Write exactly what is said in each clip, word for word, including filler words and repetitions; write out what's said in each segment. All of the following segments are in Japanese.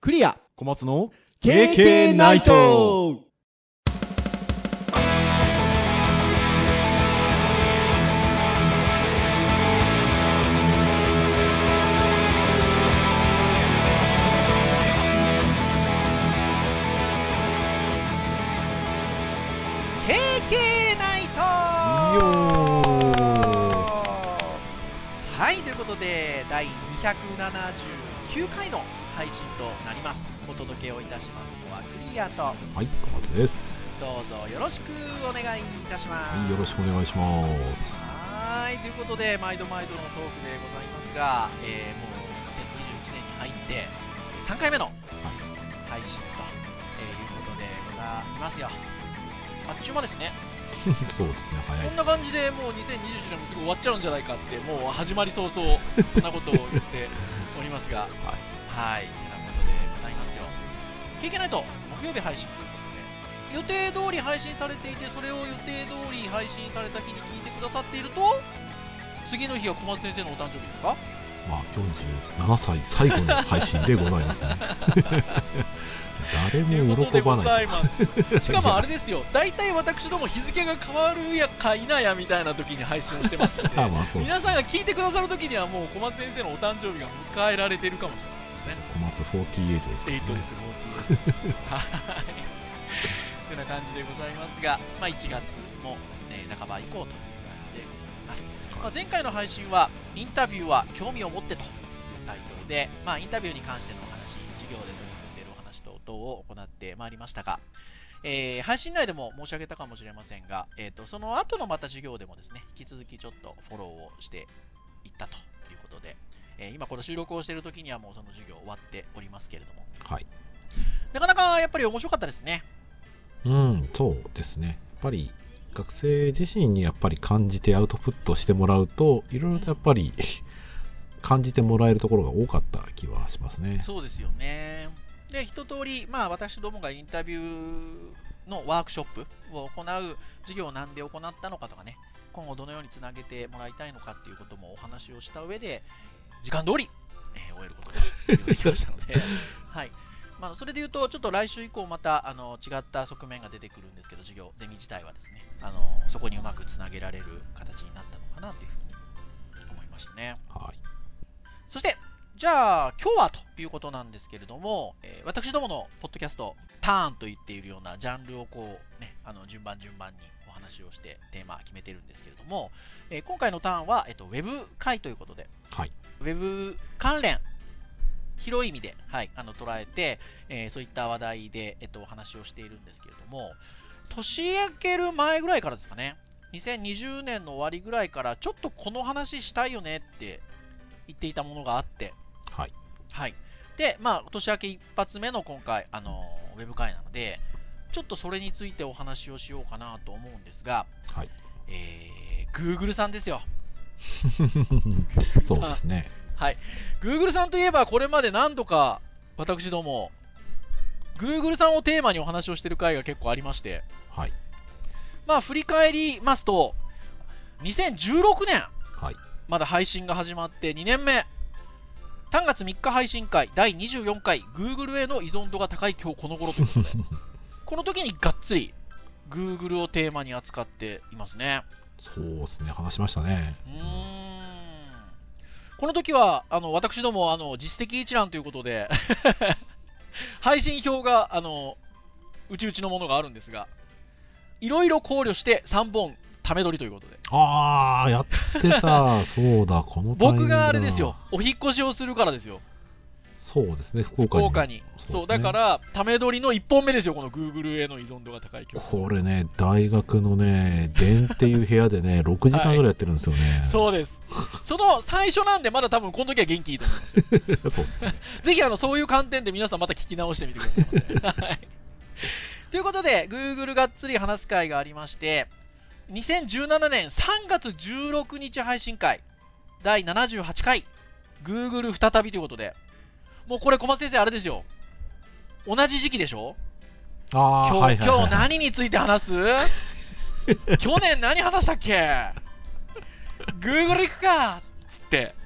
クリア小松の ケーケー ナイト。 はい、ということでだいにひゃくななじゅうきゅうかいの配信となります。お届けをいたしますのはクリアと、 はい、小松です。 どうぞよろしくお願いいたします。 はい、よろしくお願いします。 はい、ということで毎度毎度のトークでございますが、えー、もうにせんにじゅういちねんに入ってさんかいめの配信と、えー、いうことでございますよ。あっちゅう間ですね。 そうですね、早い。 こんな感じでもうにせんにじゅういちねんもすぐ終わっちゃうんじゃないかって、もう始まり早々そんなことを言っておりますが、はい、はい、てなことでございますよ。ケーケーナイト木曜日配信ということで、予定通り配信されていて、それを予定通り配信された日に聞いてくださっていると、次の日は小松先生のお誕生日ですか？ まあよんじゅうななさい最後の配信でございますね。誰も喜ばないしかもあれですよ、大体私ども日付が変わるやか否やみたいな時に配信をしてますので、 あ、まあ、そう皆さんが聞いてくださる時にはもう小松先生のお誕生日が迎えられているかもしれないですね。 小松よんじゅうはちですね。 エイトです、よんじゅうはちですはいというような感じでございますが、まあ、いちがつも、ね、半ば以降という感じでございます。まあ、前回の配信はインタビューは興味を持ってというタイトルで、まあ、インタビューに関してのお話、授業で取り組んでいるお話等を行ってまいりましたが、えー、配信内でも申し上げたかもしれませんが、えー、とその後のまた授業でもですね、引き続きちょっとフォローをしていったということで、えー、今この収録をしている時にはもうその授業終わっておりますけれども、 はい、 なかなかやっぱり面白かったですね。 うん、そうですね。やっぱり学生自身にやっぱり感じてアウトプットしてもらうと、いろいろとやっぱり感じてもらえるところが多かった気はしますね。 そうですよね。で、一通り、まあ、私どもがインタビューのワークショップを行う授業を何で行ったのかとかね、今後どのようにつなげてもらいたいのかっていうこともお話をした上で、時間通り、えー、終えることができましたので、はい。まあ、それでいうと、ちょっと来週以降またあの違った側面が出てくるんですけど、授業、ゼミ自体はですね、あのそこにうまくつなげられる形になったのかなというふうに思いましたね。 はい。 そして、じゃあ今日はということなんですけれども、えー、私どものポッドキャストターンと言っているようなジャンルをこう、ね、あの順番順番にお話をしてテーマ決めてるんですけれども、えー、今回のターンは、えっと、ウェブ会ということで、 はい、 ウェブ関連広い意味で、はい、あの捉えて、えー、そういった話題で、えっと、お話をしているんですけれども、年明ける前ぐらいからですかね、にせんにじゅうねんの終わりぐらいからちょっとこの話したいよねって言っていたものがあって、 はい、 はい、で、まあ、年明け一発目の今回、あのー、ウェブ会なので、ちょっとそれについてお話をしようかなと思うんですが、 はい、 えー、Google さんですよ。 そうですね。 はい、Google さんといえば、これまで何度か私ども、Google さんをテーマにお話をしている回が結構ありまして、 はい、 まあ、振り返りますと、にせんじゅうろくねん、 はい、 まだ配信が始まってにねんめ、さんがつみっか配信会だいにじゅうよんかい Google への依存度が高い今日この頃ということでこの時にがっつり Google をテーマに扱っていますね。 そうですね、話しましたね。 うーん、この時はあの私どもあの実績一覧ということで配信表があのうちうちのものがあるんですが、いろいろ考慮してさんぼんため撮りということで、 ああ、やってた。そうだ、このタイミングだ。 僕があれですよ、お引っ越しをするからですよ。 そうですね、福岡に。 福岡に。そう、ね、そうだからため撮りのいっぽんめですよ、この Google への依存度が高い今日。 これね、大学のね、電っていう部屋でね、ろくじかんぐらいやってるんですよね。 はい、そうです。その最初なんで、まだ多分この時は元気いいと思いますよ。 そうですね。 ぜひあのそういう観点で皆さんまた聞き直してみてくださいませ。はい、ということで、Google がっつり話す会がありまして、にせんじゅうななねんさんがつじゅうろくにち配信会だいななじゅうはちかい Google 再びということで、もうこれ小松先生あれですよ、同じ時期でしょ。 あ今日、 はいはいはいはい、 今日何について話す去年何話したっけGoogle 行くかっつって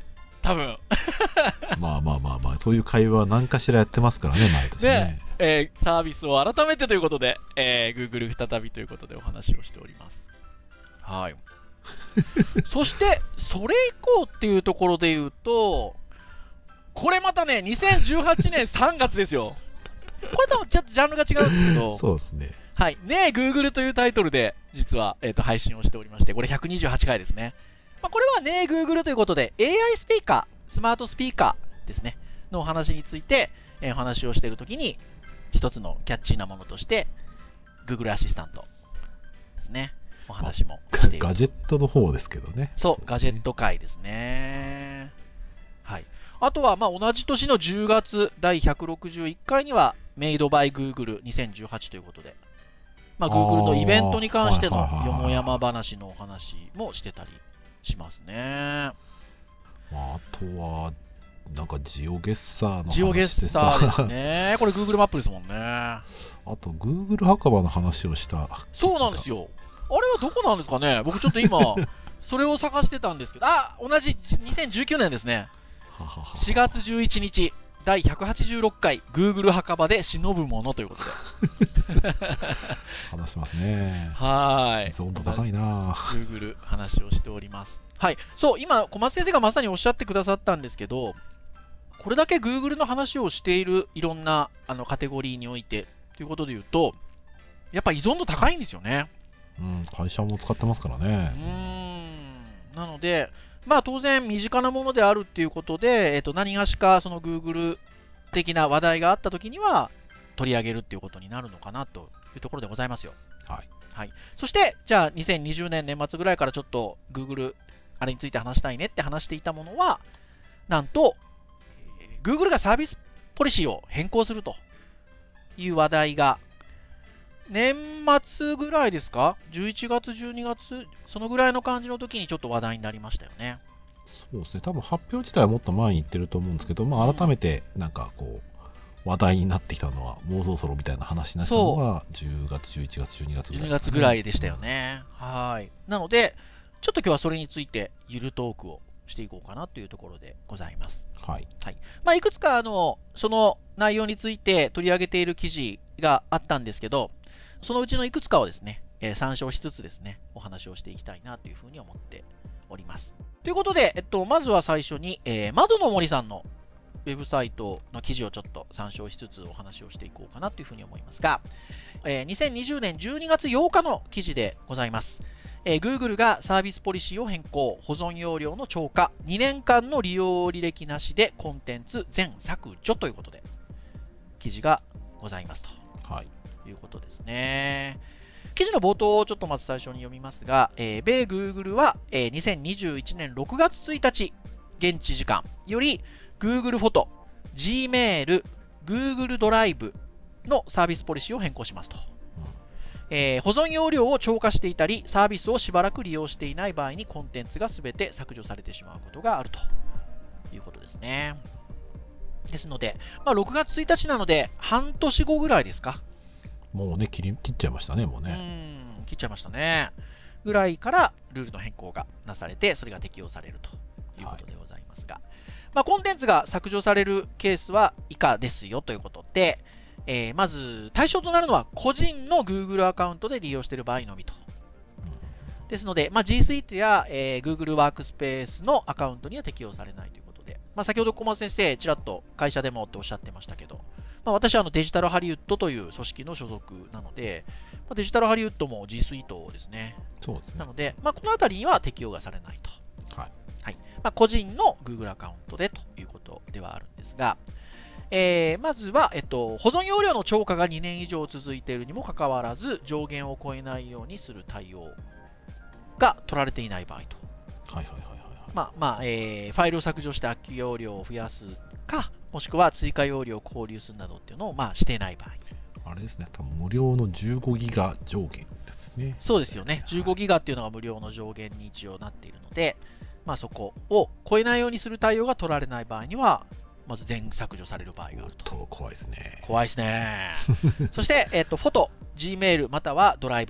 多分まあまあまあまあ、そういう会話何かしらやってますからね、毎年ね。 ねえー、サービスを改めてということで、えー、Google 再びということでお話をしております。はい。そして、それ以降っていうところで言うと、これまたね、にせんじゅうはちねんさんがつですよ。これ多分ちょっとジャンルが違うんですけど、 そうですね。 はい。ねえ、Google というタイトルで、実は、えーと、配信をしておりまして、これひゃくにじゅうはちかいですね。まあ、これはねえ、Google ということで、エーアイ スピーカー、スマートスピーカーですね、のお話について、えー、お話をしているときに、一つのキャッチーなものとして、Google アシスタントですね、お話もしている。 ガジェットの方ですけどね。 そう、 そうですね、 ガジェット界ですね。はい。あとは、まあ、同じ年のじゅうがつ、だいひゃくろくじゅういっかいには、Made by Google にせんじゅうはちということで、まあ、Google のイベントに関してのよもやま話のお話もしてたりしますね。 まあ、あとは、なんかジオゲッサーの話でさ、 ジオゲッサーですね。これ Google マップですもんね。あと Google 墓場の話をした。 そうなんですよ。あれはどこなんですかね。僕ちょっと今それを探してたんですけど、あ、同じにせんじゅうきゅうねんですね。しがつじゅういちにち、だいひゃくはちじゅうろっかい Google 墓場で忍ぶものということで話してますね。 はい。 温度高いな。 Google 話をしております。はい。そう、今小松先生がまさにおっしゃってくださったんですけど、これだけ Google の話をしているいろんなあのカテゴリーにおいてということで言うと、やっぱ依存度高いんですよね。 うん、会社も使ってますからね。 うーん。なので、まあ当然身近なものであるっていうことで、えっと、何がしかその Google 的な話題があったときには取り上げるっていうことになるのかなというところでございますよ。 はい。 はい。そして、じゃあにせんにじゅうねん年末ぐらいからちょっと Google あれについて話したいねって話していたものは、なんと、えー、Google がサービスポリシーを変更するという話題が、年末ぐらいですか ?じゅういちがつ、じゅうにがつ、そのぐらいの感じの時にちょっと話題になりましたよね。 そうですね。多分発表自体はもっと前に行ってると思うんですけど、まあ改めてなんかこう、話題になってきたのは、もうそろそろみたいな話になったのが、じゅうがつ、じゅういちがつ、じゅうにがつぐらい、ね。 じゅうにがつぐらいでしたよね。はい。なので、ちょっと今日はそれについてゆるトークをしていこうかなというところでございます。 はい。 はい。まあ、いくつかあの、その内容について取り上げている記事があったんですけど、そのうちのいくつかをですね、えー、参照しつつですね、お話をしていきたいなというふうに思っております。ということで、えっと、まずは最初に、えー、窓の森さんのウェブサイトの記事をちょっと参照しつつお話をしていこうかなというふうに思いますが、えー、にせんにじゅうねんじゅうにがつようかの記事でございます。えー、Google がサービスポリシーを変更、保存容量の超過、にねんかんの利用履歴なしでコンテンツ全削除ということで、記事がございますと。 はい。 いうことですね。記事の冒頭をちょっとまず最初に読みますが、えー、米 Google は、えー、にせんにじゅういちねんろくがつついたち、現地時間より Google フォト、Gmail、Google ドライブのサービスポリシーを変更しますと。えー、保存容量を超過していたり、サービスをしばらく利用していない場合にコンテンツが全て削除されてしまうことがあるということですね。ですので、まあ、ろくがつついたちなので、半年後ぐらいですか。 もうね、切り切っちゃいましたね、もうね。 うん、切っちゃいましたね。ぐらいからルールの変更がなされて、それが適用されるということでございますが、はい、まあ、コンテンツが削除されるケースは以下ですよということで、えー、まず対象となるのは個人の Google アカウントで利用している場合のみと。ですので、まあ、G Suite や、えー、Google ワークスペースのアカウントには適用されないということで、まあ、先ほど小松先生、ちらっと会社でもっておっしゃってましたけど、まあ、私はあのデジタルハリウッドという組織の所属なので、まあ、デジタルハリウッドも G Suite ですね。 そうですね。 なので、まあ、このあたりには適用がされないと。 はい。 はい。まあ、個人の Google アカウントでということではあるんですが、えー、まずは、えっと、保存容量の超過がにねん以上続いているにもかかわらず、上限を超えないようにする対応が取られていない場合と。 はいはいはいはい。 まあまあ、えー、ファイルを削除して空き容量を増やすか、もしくは追加容量を交流するなどっていうのを、まあ、していない場合。 あれですね、多分無料のじゅうごギガ上限ですね。 そうですよね。じゅうごギガっていうのが無料の上限に一応なっているので、まあ、そこを超えないようにする対応が取られない場合には、まず全削除される場合があると。 怖いですね。 怖いですね。そして、えっと、フォト、Gmail またはドライブ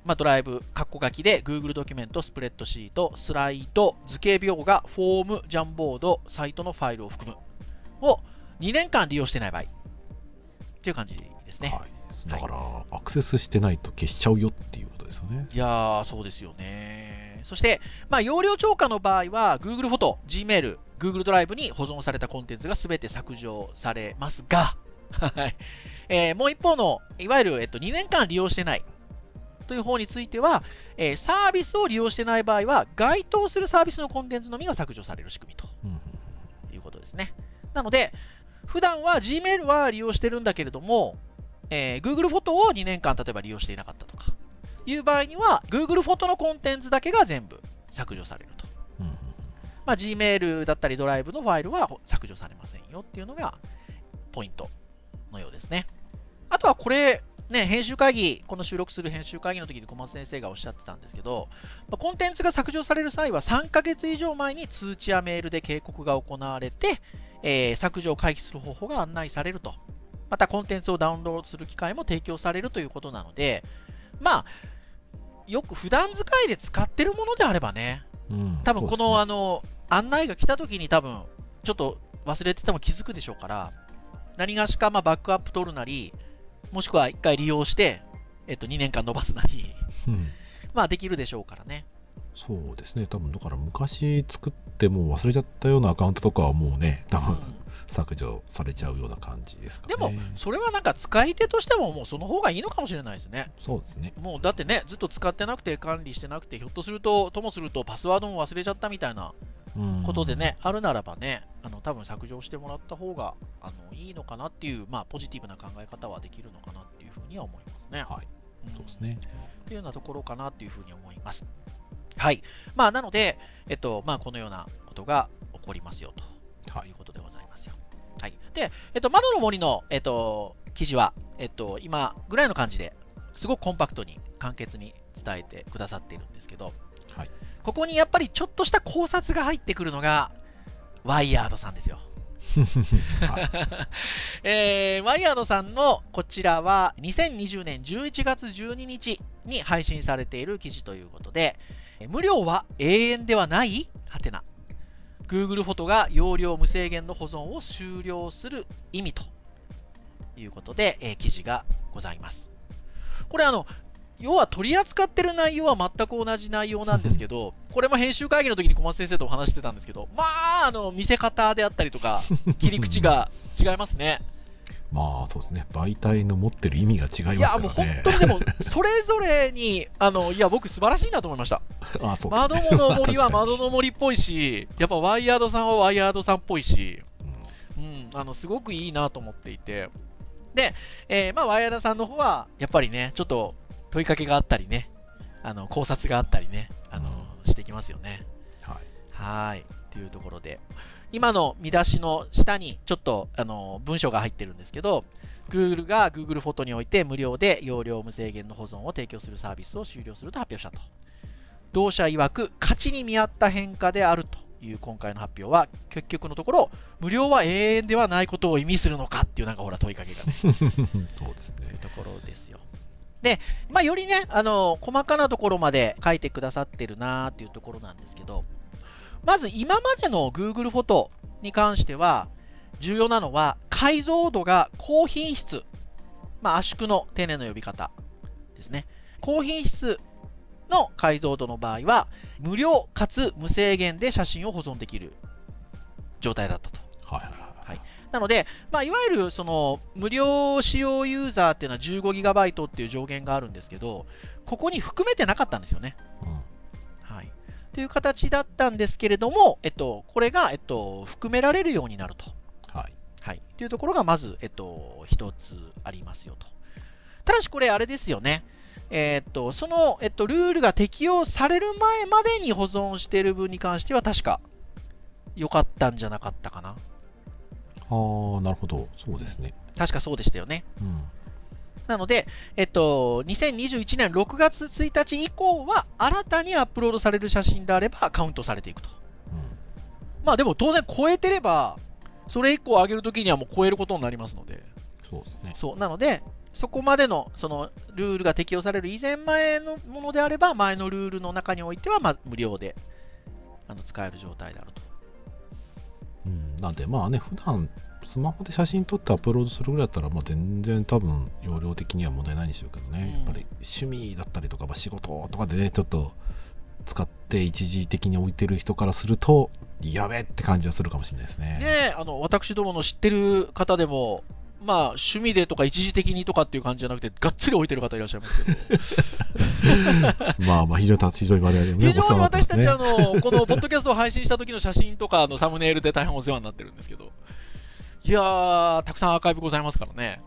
まあ、ドライブ、カッコ書きで Google ドキュメント、スプレッドシート、スライド、図形描画、フォーム、ジャンボード、サイトのファイルを含むをにねんかん利用してない場合っていう感じですね。 はい、だから、はい、アクセスしてないと消しちゃうよっていうことですよね。 いやー、そうですよね。そして、まあ、容量超過の場合は Google フォト、Gmail、Google ドライブに保存されたコンテンツが全て削除されますが、えー、もう一方のいわゆる、えっと、にねんかん利用してないという方については、えー、サービスを利用してない場合は該当するサービスのコンテンツのみが削除される仕組みということですね。なので普段は Gmail は利用してるんだけれども、えー、Google フォトをにねんかん例えば利用していなかったとかいう場合には Google フォトのコンテンツだけが全部削除されると、まあ、Gmail だったりドライブのファイルは削除されませんよっていうのがポイントのようですね。あとはこれね、編集会議、この収録する編集会議の時に小松先生がおっしゃってたんですけど、コンテンツが削除される際はさんかげつ以上前に通知やメールで警告が行われて、えー、削除を回避する方法が案内されると。またコンテンツをダウンロードする機会も提供されるということなので、まあ、よく普段使いで使ってるものであればね、うん、多分この、ね、あの案内が来た時に多分ちょっと忘れてても気づくでしょうから、何がしかまあバックアップ取るなり、もしくはいっかい利用して、えっと、にねんかん伸ばすなり、うん、まあできるでしょうからね。 そうですね、多分だから昔作ってもう忘れちゃったようなアカウントとかはもうね、多分、うん、削除されちゃうような感じですかね。 でもそれはなんか使い手としてももうその方がいいのかもしれないですね。 そうですね。 もうだってね、ずっと使ってなくて管理してなくて、ひょっとするとともするとパスワードも忘れちゃったみたいなことでね、あるならばね、あの多分削除してもらった方があのいいのかなっていう、まあ、ポジティブな考え方はできるのかなっていうふうには思いますね。 はい、うん、そうですね。 っていうようなところかなっていうふうに思います。はい。まあ、なので、えっと、まあ、このようなことが起こりますよということでございますよ。はい。で、えっと、窓の森の、えっと、記事は、えっと、今ぐらいの感じですごくコンパクトに簡潔に伝えてくださっているんですけど、はい、ここにやっぱりちょっとした考察が入ってくるのがワイヤードさんですよ。えー、ワイヤードさんのこちらはにせんにじゅうねんじゅういちがつじゅうににちに配信されている記事ということで、無料は永遠ではないはてな Google フォトが容量無制限の保存を終了する意味ということで、えー、記事がございます。これあの要は取り扱ってる内容は全く同じ内容なんですけど、これも編集会議の時に小松先生とお話してたんですけど、まあ、あの見せ方であったりとか切り口が違いますね。 まあそうですね、媒体の持ってる意味が違いますからね。いやもう本当にでもそれぞれにあのいや僕素晴らしいなと思いました。 あそうですね、 窓の森は窓の森っぽいし、やっぱワイヤードさんはワイヤードさんっぽいし、うん、うん、あのすごくいいなと思っていて、で、えー、まあワイヤードさんの方はやっぱりねちょっと問いかけがあったりね、あの考察があったりね、あの、うん、してきますよね。はい。はいっていうところで、今の見出しの下にちょっとあの文章が入ってるんですけど、Google が Google フォトにおいて無料で容量無制限の保存を提供するサービスを終了すると発表したと。同社曰く価値に見合った変化であるという今回の発表は、結局のところ無料は永遠ではないことを意味するのかっていうなんかほら問いかけがねそうですね、 いうところですよ。で、まあ、よりね、あの細かなところまで書いてくださってるなーっていうところなんですけど、まず今までの Google フォトに関しては重要なのは解像度が高品質、まあ、圧縮の丁寧な呼び方ですね。高品質の解像度の場合は無料かつ無制限で写真を保存できる状態だったと。はいはいはい、はい、なので、まあ、いわゆるその無料使用ユーザーっていうのは じゅうごギガバイト っていう上限があるんですけど、ここに含めてなかったんですよね。うん、はい、という形だったんですけれども、えっと、これが、えっと、含められるようになると。はいはい、というところがまず、えっと、一つありますよと。ただしこれあれですよね。えー、っとその、えっと、ルールが適用される前までに保存している分に関しては確か良かったんじゃなかったかな。 ああ、なるほど、そうですね。 確かそうでしたよね。うん、なので、えっと、にせんにじゅういちねんろくがつついたち以降は新たにアップロードされる写真であればカウントされていくと。うん、まあでも当然超えてればそれ以降上げるときにはもう超えることになりますので。 そうですね。 そうなのでそこまでのそのルールが適用される以前前のものであれば、前のルールの中においては、まあ、無料であの使える状態であると。 うん、なんでまあね、普段スマホで写真撮ってアップロードするぐらいだったら、まあ、全然多分容量的には問題ないんでしょうけどね、 うん、 やっぱり趣味だったりとか、まあ、仕事とかでねちょっと使って一時的に置いてる人からするとやべえって感じはするかもしれないですね。 ねえ、あの私どもの知ってる方でも、まあ趣味でとか一時的にとかっていう感じじゃなくて、がっつり置いてる方いらっしゃいますけどまあまあ非常に非常に我々もね、非常に私たち、 ね、 あのこのポッドキャストを配信した時の写真とかのサムネイルで大変お世話になってるんですけど、いやー、たくさんアーカイブございますからね。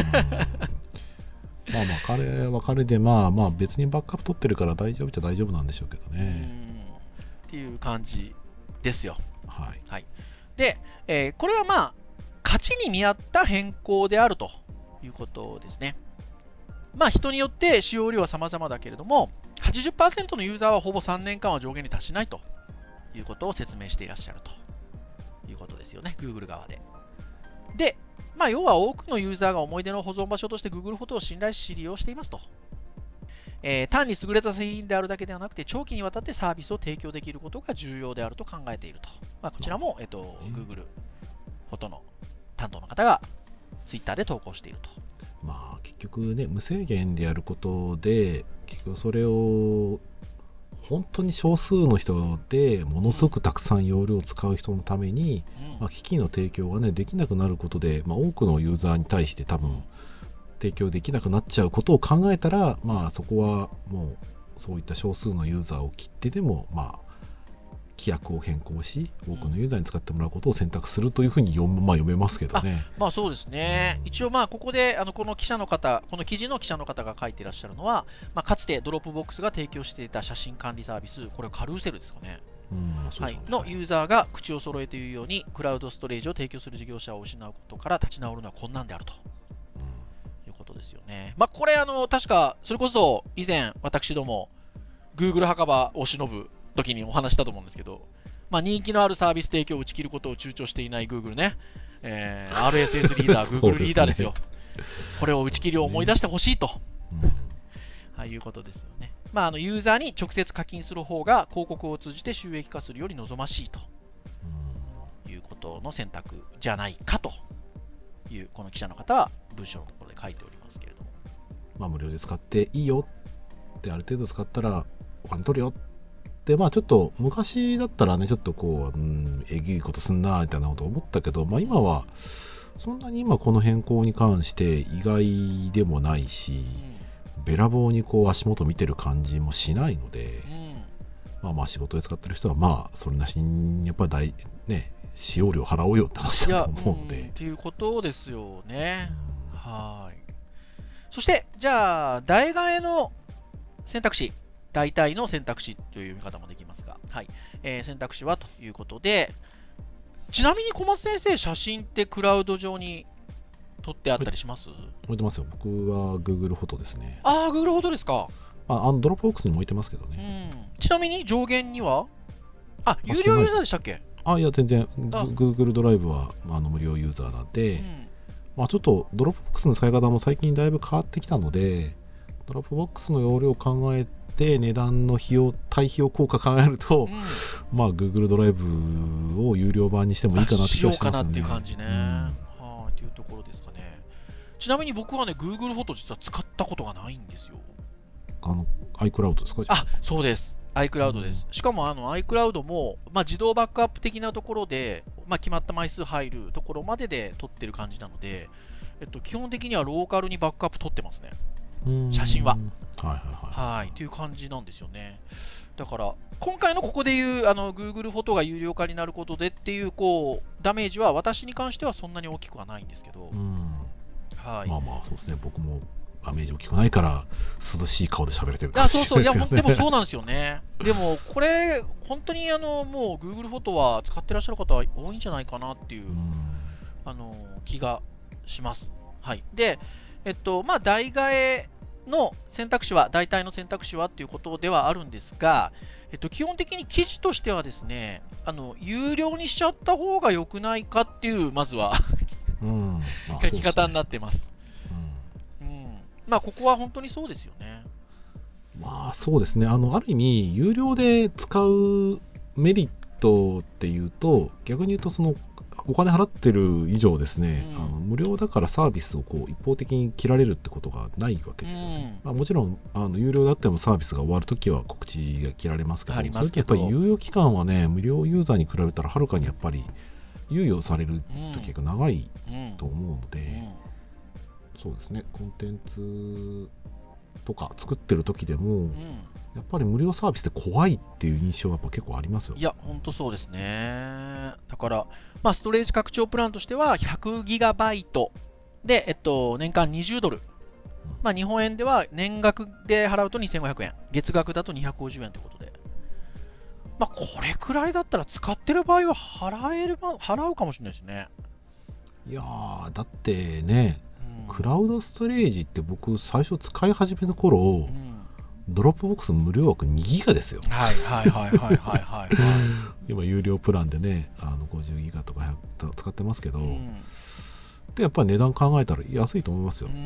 まあまあ彼は彼で、まあまあ別にバックアップ取ってるから大丈夫っちゃ大丈夫なんでしょうけどね。 うんっていう感じですよ。 はい。 はい、で、えー、これはまあ価値に見合った変更であるということですね。まあ人によって使用量は様々だけれども、はちじゅっパーセント のユーザーはほぼさんねんかんは上限に達しないということを説明していらっしゃるということですよね、Google 側で。で、まあ、要は多くのユーザーが思い出の保存場所として Google フォトを信頼し利用していますと。えー、単に優れた製品であるだけではなくて、長期にわたってサービスを提供できることが重要であると考えていると。まあ、こちらも、えっと、Google フォトの担当の方が Twitter で投稿していると。 まあ結局ね、無制限でやることで、結局それを本当に少数の人でものすごくたくさん容量を使う人のために、うん、まあ、機器の提供が、ね、できなくなることで、まあ、多くのユーザーに対して多分提供できなくなっちゃうことを考えたら、まあ、そこはもうそういった少数のユーザーを切ってでも、まあ、規約を変更し多くのユーザーに使ってもらうことを選択するというふうに読む、まあ、読めますけどね。 まあそうですね、うん、一応まあここであのこの記者の方この記事の記者の方が書いていらっしゃるのは、まあ、かつてドロップボックスが提供していた写真管理サービス、これはカルーセルですかね、 うんそうそうね、 はい、のユーザーが口を揃えているようにクラウドストレージを提供する事業者を失うことから立ち直るのは困難であると、うん、いうことですよね。まあこれあの確かそれこそ以前私ども Google 墓場を忍ぶ時にお話したと思うんですけど、まあ、人気のあるサービス提供を打ち切ることを躊躇していない Google ね、えー、アールエスエス リーダー、Google リーダーですよ。これを打ち切りを思い出してほしいと、うん、あいうことですよね。まあ、あのユーザーに直接課金する方が広告を通じて収益化するより望ましいと、うん、いうことの選択じゃないかというこの記者の方は文章のところで書いておりますけれども、 まあ、無料で使っていいよってある程度使ったらお金取るよで、まあちょっと昔だったらねちょっとこう、うん、えぐいことすんなみたいなこと思ったけど、まあ、今はそんなに今この変更に関して意外でもないし、うん、べらぼうにこう足元見てる感じもしないので、うん、まあまあ仕事で使ってる人はまあそれなしにやっぱりね使用料払おうよって話だと思うので、 うん、っていうことですよね、うん、はい。そしてじゃあ代替えの選択肢、代替の選択肢という読み方もできますが、はいえー、選択肢はということで、ちなみに小松先生、写真ってクラウド上に撮ってあったりします？ 置いてますよ。僕は Google フォトですね。 ああ、Google フォトですか。 ああのドロップボックスにも置いてますけどね、 うん、ちなみに上限にはあ有料ユーザーでしたっけ？ あいや全然 Google ドライブはあの無料ユーザーなんで、うんまあ、ちょっとドロップボックスの使い方も最近だいぶ変わってきたので、ドロップボックスの容量を考えてで値段の費用対比を効果考えると、うん、まあ Google ドライブを有料版にしてもいいかなって気がしますね。しようかなっていう感じね、うん、 はあっていうところですかね。ちなみに僕はね Google フォト実は使ったことがないんですよ。 あの iCloud ですか？ あ、そうです iCloud です、うん、しかもあの iCloud も、まあ、自動バックアップ的なところで、まあ、決まった枚数入るところまでで撮ってる感じなので、えっと、基本的にはローカルにバックアップ撮ってますね、写真は。 はいはいはい。 はい、という感じなんですよね。だから今回のここでいうあの Google フォトが有料化になることでっていうこうダメージは私に関してはそんなに大きくはないんですけど、うん、はい、 まあまあそうですね。僕もダメージ大きくないから涼しい顔で喋れてる感じですよね。あ、そうそう、いやでもそうなんですよね。でもこれ本当にあのもう Google フォトは使ってらっしゃる方は多いんじゃないかなっていう、うん、あの気がします。はい。で、えっとまあ代替えの選択肢は代替の選択肢はということではあるんですが、えっと、基本的に記事としてはですね、あの有料にしちゃった方が良くないかっていうまずは、うんまあ、書き方になってます。うんうん、 まあここは本当にそうですよね。 まあそうですね、あのある意味有料で使うメリットっていうと、逆に言うとそのお金払ってる以上ですね、うん、あの無料だからサービスをこう一方的に切られるってことがないわけですよね、うん、まあ、もちろんあの有料だってもサービスが終わるときは告知が切られますけど、それってやっぱり猶予期間はね、無料ユーザーに比べたらはるかにやっぱり猶予される時が長いと思うので、うんうん、そうですね、コンテンツとか作ってる時でも、うん、やっぱり無料サービスって怖いっていう印象がやっぱ結構ありますよ。 いや本当そうですね。だから、まあ、ストレージ拡張プランとしては ひゃくギガバイト で、えっと、年間にじゅうドル、うん、まあ、日本円では年額で払うとにせんごひゃくえん、月額だとにひゃくごじゅうえんということで、まあ、これくらいだったら使ってる場合は払える払うかもしれないですね。 いやーだってね、クラウドストレージって僕最初使い始めの頃、うん、ドロップボックス無料枠にギガですよ。 はいはいはいはいはいはい今有料プランでね、あのごじゅうギガとか使ってますけど、うん、でやっぱり値段考えたら安いと思いますよ。うん、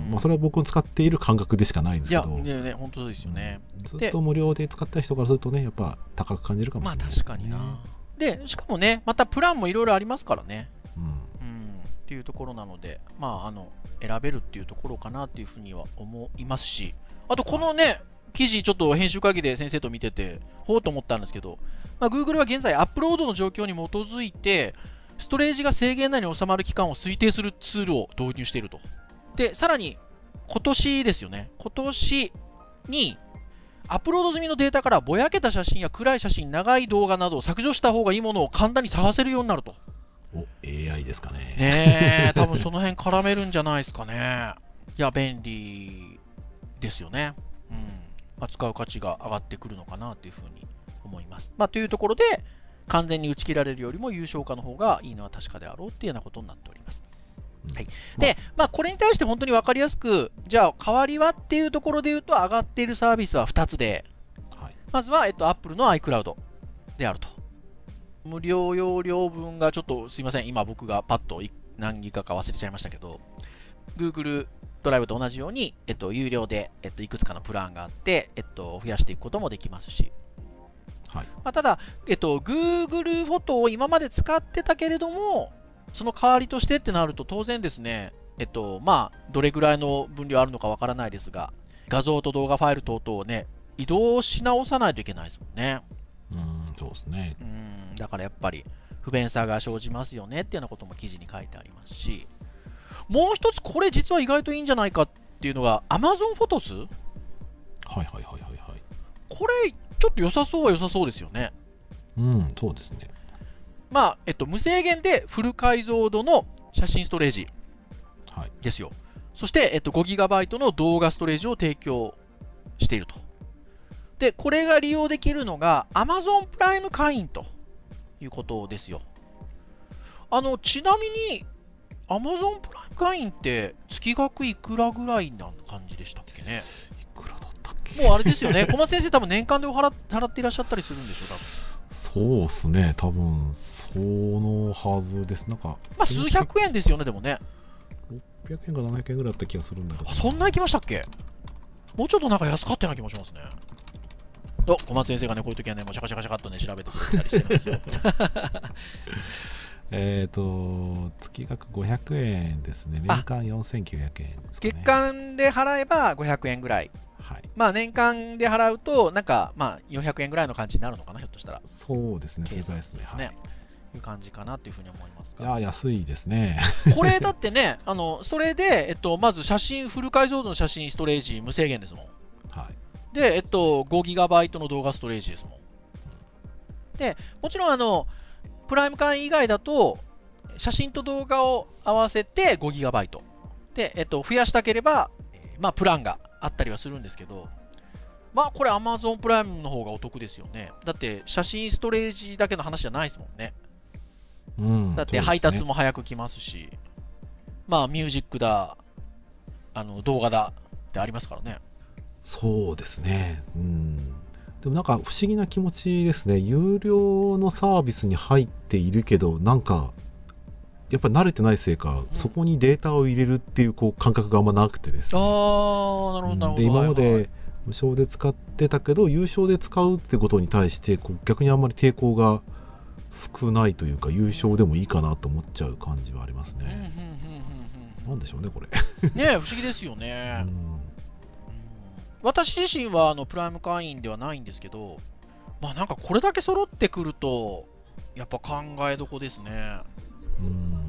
まあ、それは僕の使っている感覚でしかないんですけど、 いや、ね、本当ですよね、 うん、ずっと無料で使った人からするとね、やっぱ高く感じるかもしれない、ね、 まあ確かにな。でしかもね、またプランもいろいろありますからね、うんうん、っていうところなので、まああの選べるっていうところかなっていうふうには思いますし、あとこのね記事ちょっと編集会議で先生と見ててほうと思ったんですけど、まあ、Google は現在アップロードの状況に基づいてストレージが制限内に収まる期間を推定するツールを導入していると。でさらに今年ですよね、今年にアップロード済みのデータからぼやけた写真や暗い写真、長い動画などを削除した方がいいものを簡単に探せるようになると。 お エーアイ ですかね。 ねえ多分その辺絡めるんじゃないですかね。いや便利ですよね。うん、まあ、使う価値が上がってくるのかなというふうに思います。まあ、というところで完全に打ち切られるよりも有償化の方がいいのは確かであろうっていうようなことになっております。はい、で、まあ、これに対して本当に分かりやすく、じゃあ代わりはっていうところで言うと上がっているサービスはふたつで、はい、まずは、えっと、Apple の iCloud であると。無料容量分がちょっとすいません、今僕がパッと何ギガか忘れちゃいましたけど、Google ドライブと同じように、えっと、有料で、えっと、いくつかのプランがあって、えっと、増やしていくこともできますし、はい、まあ、ただ、えっと、Google フォトを今まで使ってたけれども、その代わりとしてってなると当然ですね、えっと、まあ、どれぐらいの分量あるのかわからないですが、画像と動画ファイル等々をね、移動し直さないといけないですもんね。 うん、そうですね。 うん、だからやっぱり不便さが生じますよねっていうようなことも記事に書いてありますし、もう一つこれ実は意外といいんじゃないかっていうのが Amazon フォトス。はいはいはいはいはい。 これちょっと良さそうは良さそうですよね。 うん、そうですね。 まあ、えっと、無制限でフル解像度の写真ストレージですよ。はい、そして、えっと、ごギガバイト の動画ストレージを提供していると。で、これが利用できるのが Amazon プライム会員ということですよ。あの、ちなみに Amazon プライム会員って月額いくらぐらいな感じでしたっけね。 いくらだったっけ。 もうあれですよね。小松先生多分年間で払払っていらっしゃったりするんでしょう、多分。 そうですね、多分そのはずです。なんか、 まあ、数百円ですよね、でもね。 ろっぴゃくえんかななひゃくえんぐらいだった気がするんだけど。 あ、そんな行きましたっけ。もうちょっとなんか安かったような気もしますね。お、小松先生がね、こういう時はね、もうシャカシャカシャカっとね、調べてくれたりしてるんですよ。 えっと、月額ごひゃくえんですね。年間よんせんきゅうひゃくえんですかね。 月間で払えばごひゃくえんぐらい。はい、まあ年間で払うとなんかまあよんひゃくえんぐらいの感じになるのかな、ひょっとしたら。 そうですね、そうですね、 はい、いう感じかなというふうに思いますが。 いや安いですね。 これだってね、あのそれで、えっと、まず写真フル解像度の写真ストレージ無制限ですもん。はい、で、えっと、ごギガバイト の動画ストレージですもん。うん、でもちろんあのプライム会員以外だと写真と動画を合わせて ごギガバイト で、えっと、増やしたければ、まあ、プランがあったりはするんですけど、まあこれ Amazon プライムの方がお得ですよね。だって写真ストレージだけの話じゃないですもんね。うん、だって配達も早く来ますし、ね、まあミュージックだ、あの動画だってありますからね。 そうですね。うん。でもなんか不思議な気持ちですね。有料のサービスに入っているけど、なんかやっぱり慣れてないせいか、うん、そこにデータを入れるっていうこう感覚があんまなくてですね。 あー、なるほどなるほど。 で今まで、 はいはい、 無償で使ってたけど優勝で使うってことに対してこう逆にあんまり抵抗が少ないというか、優勝でもいいかなと思っちゃう感じはありますね。なんでしょうねこれね、不思議ですよね。うん、私自身はあのプライム会員ではないんですけど、まあなんかこれだけ揃ってくるとやっぱ考えどこですね。うん、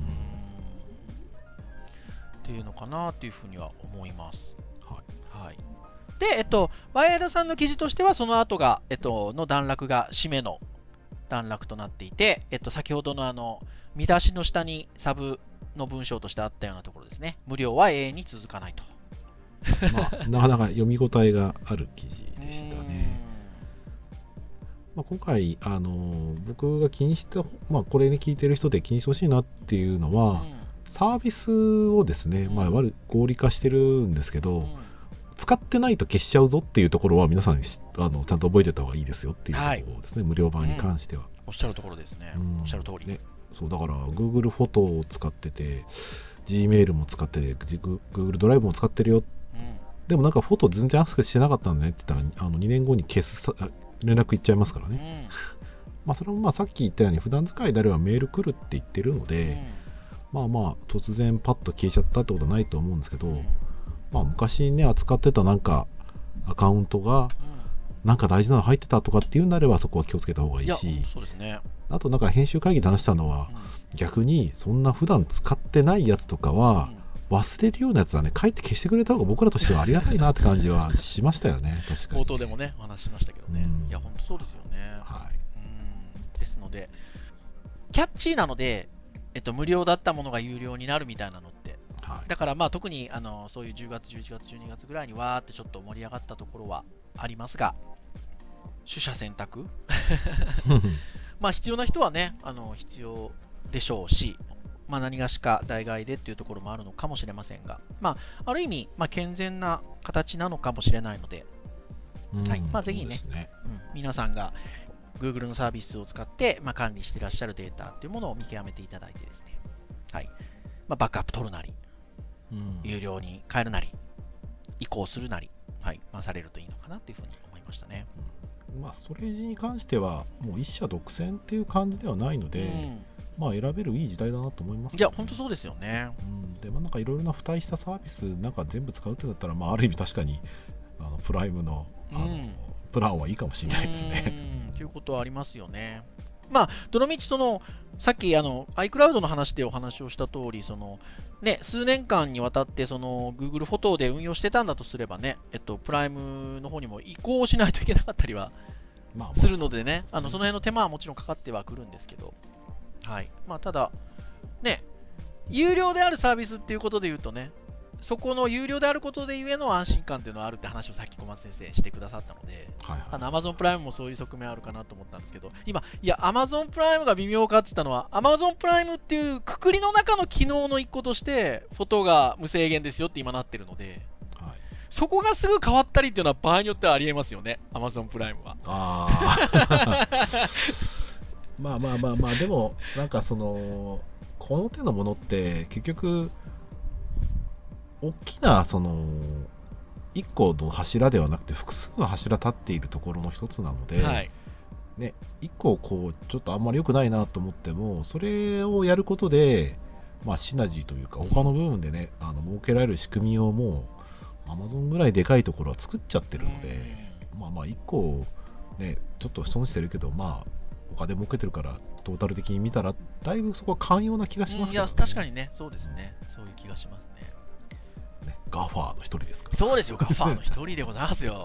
っていうのかなというふうには思います。はい、はい、で、えっと、ワイヤードさんの記事としてはその後が、えっと、の段落が締めの段落となっていて、えっと、先ほどのあの見出しの下にサブの文章としてあったようなところですね。無料は永遠に続かないと。 まあ、なかなか読み応えがある記事でしたね。まあ、今回、あのー、僕が気にした、まあ、これに聞いてる人で気にしてほしいなっていうのは、うん、サービスをですね、うん、まあ、合理化してるんですけど、うん、使ってないと消しちゃうぞっていうところは皆さんあのちゃんと覚えておいた方がいいですよっていうところですね、はい、無料版に関しては、 うん、おっしゃるところですね、うん、おっしゃる通り、ね、 そうだから Google フォトを使ってて Gmail も使ってて Google ドライブも使ってるよ、うん、でもなんかフォト全然アクセスしてなかったんだねって言ったらあのにねんごに消す連絡いっちゃいますからね、うん、まあそれもまあさっき言ったように普段使いであればメール来るって言ってるので、うん、まあまあ突然パッと消えちゃったってことはないと思うんですけど、うん、まあ昔ね扱ってたなんかアカウントがなんか大事なの入ってたとかっていうんであればそこは気をつけた方がいいし、 そうですね、 あとなんか編集会議で話したのは、うん、逆にそんな普段使ってないやつとかは、うん、忘れるようなやつはね、帰って消してくれた方が僕らとしてはありがたいなって感じはしましたよね。確かに。 冒頭でもね、お話ししましたけどね。うん、いや、本当そうですよね。はい。うん、ですので、キャッチーなので、えっと、無料だったものが有料になるみたいなのって、はい、だからまあ特にあのそういうじゅうがつ、じゅういちがつ、じゅうにがつぐらいにわーってちょっと盛り上がったところはありますが、取捨選択まあ必要な人はね、あの必要でしょうし、まあ、何がしか代替でっていうところもあるのかもしれませんが、まあ、ある意味、まあ、健全な形なのかもしれないので、はい、まあ、ぜひね、ね、うん、皆さんが Google のサービスを使って、まあ、管理していらっしゃるデータというものを見極めていただいてですね、はい、まあ、バックアップ取るなり、うん、有料に変えるなり、移行するなり、はい、まあ、されるといいのかなというふうに思いましたね。 うん、まあ、ストレージに関してはもう一社独占っていう感じではないので、うん、まあ選べるいい時代だなと思います、ね、 いや本当そうですよね、 うん、でまあなんかいろいろな付帯したサービスなんか全部使うってなったら、まあ、ある意味確かにあのプライム の, あの、うん、プランはいいかもしれないですねということはありますよね。まあどのみちそのさっきあの iCloud の話でお話をした通り、そのね、数年間にわたってその Google フォトで運用してたんだとすればね、えっと、プライムの方にも移行しないといけなかったりはするのでね、あのその辺の手間はもちろんかかってはくるんですけど、はい、まあただね、有料であるサービスっていうことで言うとね、そこの有料であることでゆえの安心感っていうのはあるって話をさっき小松先生してくださったので、はいはい、あの Amazon プライムもそういう側面あるかなと思ったんですけど、今いや Amazon プライムが微妙かって言ったのは Amazon プライムっていうくくりの中の機能の一個としてフォトが無制限ですよって今なってるので、はい、そこがすぐ変わったりっていうのは場合によってはありえますよね、 Amazon プライムは。あまあまあまあまあでもなんかそのこの手のものって結局大きなそのいっこの柱ではなくて複数の柱立っているところの一つなので、はいね、いっここうちょっとあんまり良くないなと思ってもそれをやることで、まあ、シナジーというか他の部分でねあの儲けられる仕組みをもう Amazon ぐらいでかいところは作っちゃってるので、まあまあいっこねちょっと損してるけどまあ他で儲けてるからトータル的に見たらだいぶそこは寛容な気がしますけど、ね、 いや確かにね、そうですね、そういう気がしますね。 ね、ガファーの一人ですから。 そうですよ、ガファーの一人でございますよ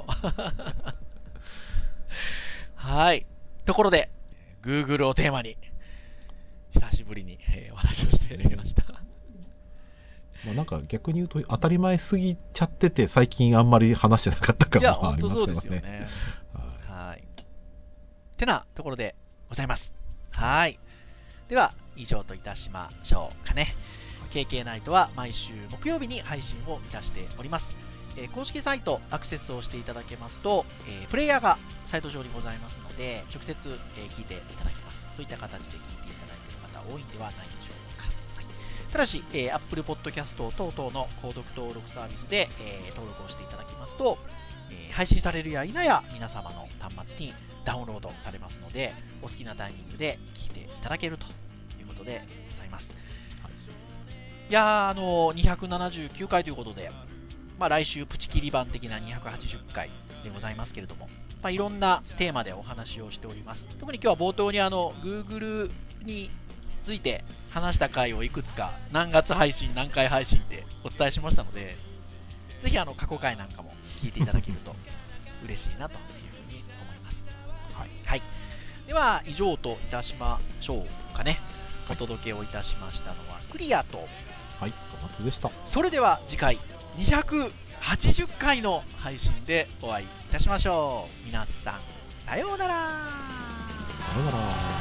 はい、ところで Google をテーマに久しぶりに、えー、お話をしてみました、 まあなんか逆に言うと当たり前すぎちゃってて最近あんまり話してなかった感もありますけどね。いや本当そうですよねはい、 てなところでございます。はい、では以上といたしましょうかね。 ケーケー ナイトは毎週木曜日に配信をいたしております。えー、公式サイトアクセスをしていただけますと、えー、プレイヤーがサイト上にございますので直接、えー、聞いていただけます。そういった形で聞いていただいている方多いんではないでしょうか。はい、 ただし、えー、Apple Podcast 等々の購読登録サービスで、えー、登録をしていただきますと、えー、配信されるや否や皆様の端末にダウンロードされますので、お好きなタイミングで聞いていただけるということでございます。はい、いやー、あのー、にひゃくななじゅうきゅうかいということで、まあ、来週プチ切り版的なにひゃくはちじゅっかいでございますけれども、まあ、いろんなテーマでお話をしております。特に今日は冒頭にあの Google について話した回をいくつか何月配信何回配信ってお伝えしましたので、ぜひあの過去回なんかも聞いていただけると嬉しいなというふうに思います。はい、はい、では以上といたしましょうかね。お届けをいたしましたのはクリアと、 はい、お松でした。 それでは次回にひゃくはちじゅっかいの配信でお会いいたしましょう。皆さんさようなら。 さようなら。